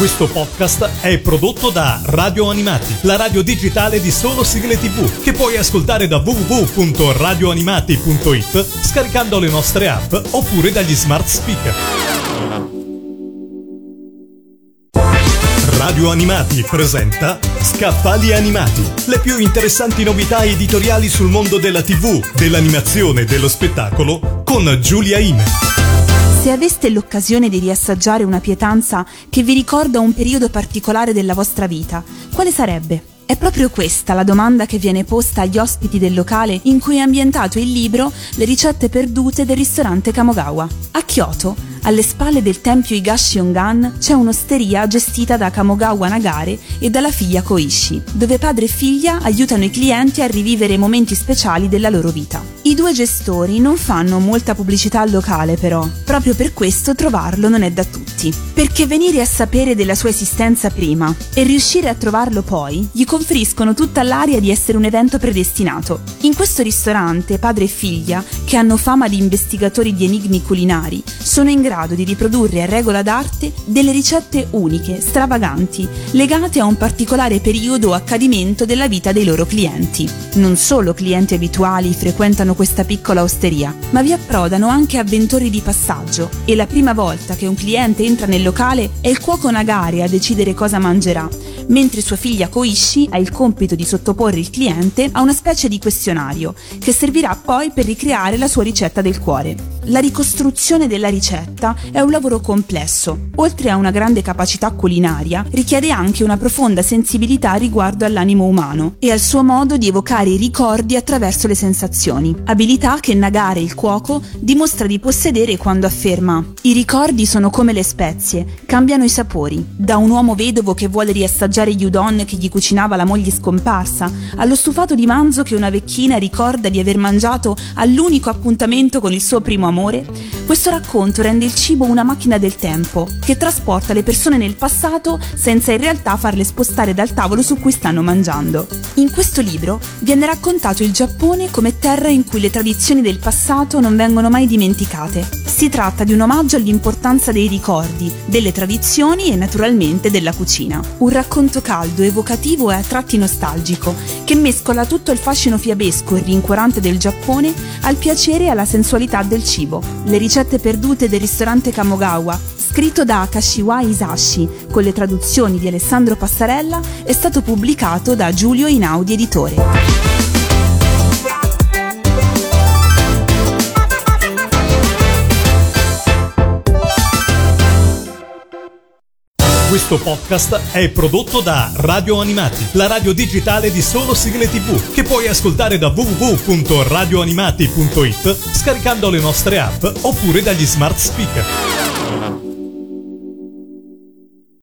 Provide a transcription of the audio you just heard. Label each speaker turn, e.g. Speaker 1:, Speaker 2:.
Speaker 1: Questo podcast è prodotto da Radio Animati, la radio digitale di solo sigle TV, che puoi ascoltare da www.radioanimati.it scaricando le nostre app oppure dagli smart speaker. Radio Animati presenta Scaffali Animati, le più interessanti novità editoriali sul mondo della TV, dell'animazione e dello spettacolo con Giulia Ime.
Speaker 2: Se aveste l'occasione di riassaggiare una pietanza che vi ricorda un periodo particolare della vostra vita, quale sarebbe? È proprio questa la domanda che viene posta agli ospiti del locale in cui è ambientato il libro Le ricette perdute del ristorante Kamogawa. A Kyoto, alle spalle del tempio Higashi-Ongan, c'è un'osteria gestita da Kamogawa Nagare e dalla figlia Koichi, dove padre e figlia aiutano i clienti a rivivere momenti speciali della loro vita. I due gestori non fanno molta pubblicità al locale però, proprio per questo trovarlo non è da tutti. Perché venire a sapere della sua esistenza prima e riuscire a trovarlo poi gli conferiscono tutta l'aria di essere un evento predestinato. In questo ristorante padre e figlia, che hanno fama di investigatori di enigmi culinari, sono in grado di riprodurre a regola d'arte delle ricette uniche, stravaganti, legate a un particolare periodo o accadimento della vita dei loro clienti. Non solo clienti abituali frequentano questa piccola osteria, ma vi approdano anche avventori di passaggio e la prima volta che un cliente entra nel locale è il cuoco Nagare a decidere cosa mangerà, mentre sua figlia Koichi ha il compito di sottoporre il cliente a una specie di questionario che servirà poi per ricreare la sua ricetta del cuore. La ricostruzione della ricetta è un lavoro complesso. Oltre a una grande capacità culinaria, richiede anche una profonda sensibilità riguardo all'animo umano e al suo modo di evocare i ricordi attraverso le sensazioni. Abilità che Nagare, il cuoco, dimostra di possedere quando afferma: "I ricordi sono come le spezie, cambiano i sapori. Da un uomo vedovo che vuole riassaggiare gli udon che gli cucinava la moglie scomparsa, allo stufato di manzo che una vecchina ricorda di aver mangiato all'unico appuntamento con il suo primo amore, questo racconto rende il cibo una macchina del tempo che trasporta le persone nel passato senza in realtà farle spostare dal tavolo su cui stanno mangiando. In questo libro viene raccontato il Giappone come terra in cui le tradizioni del passato non vengono mai dimenticate. Si tratta di un omaggio all'importanza dei ricordi, delle tradizioni e naturalmente della cucina. Un racconto caldo, evocativo e a tratti nostalgico, che mescola tutto il fascino fiabesco e rincuorante del Giappone al piacere e alla sensualità del cibo. Le ricette perdute del ristorante Kamogawa, scritto da Kashiwa Hisashi, con le traduzioni di Alessandro Passarella, è stato pubblicato da Giulio Einaudi Editore.
Speaker 1: Questo podcast è prodotto da Radio Animati, la radio digitale di solo sigle TV, che puoi ascoltare da www.radioanimati.it scaricando le nostre app oppure dagli smart speaker.